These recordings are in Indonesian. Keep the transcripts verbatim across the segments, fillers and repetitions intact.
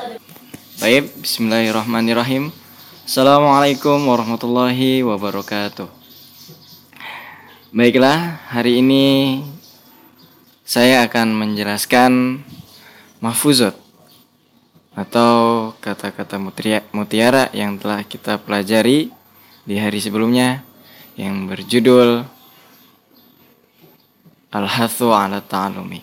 Baik, bismillahirrahmanirrahim. Assalamualaikum warahmatullahi wabarakatuh. Baiklah, hari ini saya akan menjelaskan mahfuzat atau kata-kata mutiara yang telah kita pelajari di hari sebelumnya yang berjudul Al-Hathu ala Ta'alumi.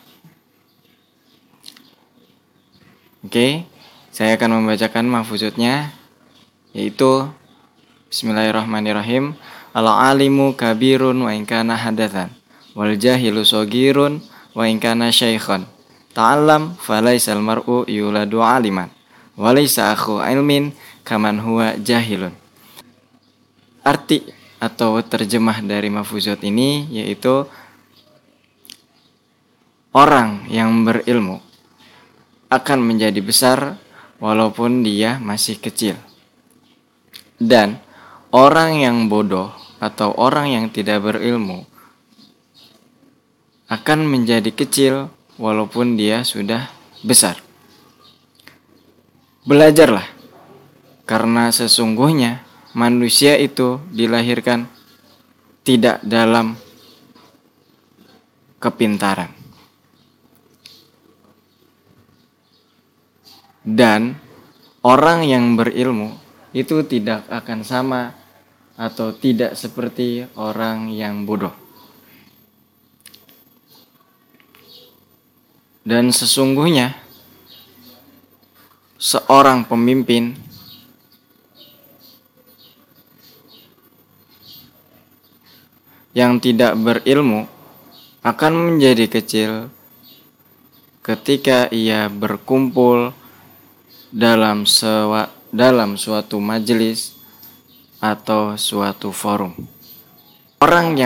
Oke, saya akan membacakan mahfuzatnya, yaitu Bismillahirrahmanirrahim. Al-alimu kabirun wa inkana hadathan wal jahilu sogirun wa inkana syaikhan ta'allam falaisal mar'u yuladu aliman walaysa akhu ilmin kaman huwa jahilun. Arti atau terjemah dari mahfuzat ini yaitu orang yang berilmu akan menjadi besar walaupun dia masih kecil, dan orang yang bodoh atau orang yang tidak berilmu akan menjadi kecil walaupun dia sudah besar. Belajarlah, karena sesungguhnya manusia itu dilahirkan tidak dalam kepintaran. Dan orang yang berilmu itu tidak akan sama atau tidak seperti orang yang bodoh. Dan sesungguhnya seorang pemimpin yang tidak berilmu akan menjadi kecil ketika ia berkumpul dalam sewa, dalam suatu majelis atau suatu forum. Orang yang